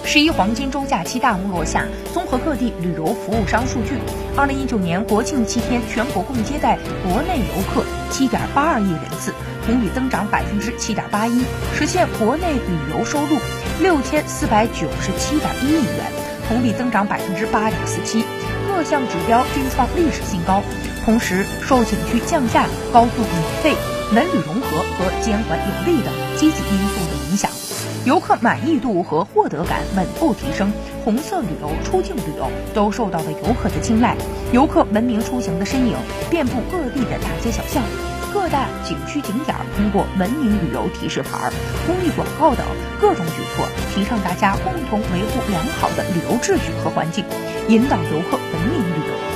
11黄金周假期大幕落下，综合各地旅游服务商数据，2019年国庆7天，全国共接待国内游客7.82亿人次，同比增长7.81%，实现国内旅游收入6497.1亿元，同比增长8.47%，各项指标均创历史新高。同时，受景区降价、高速免费、文旅融合和监管有力等积极因素的影响，游客满意度和获得感稳步提升，红色旅游、出境旅游都受到了游客的青睐，游客文明出行的身影遍布各地的大街小巷。各大景区景点通过文明旅游提示牌、公益广告等各种举措，提倡大家共同维护良好的旅游秩序和环境，引导游客文明旅游。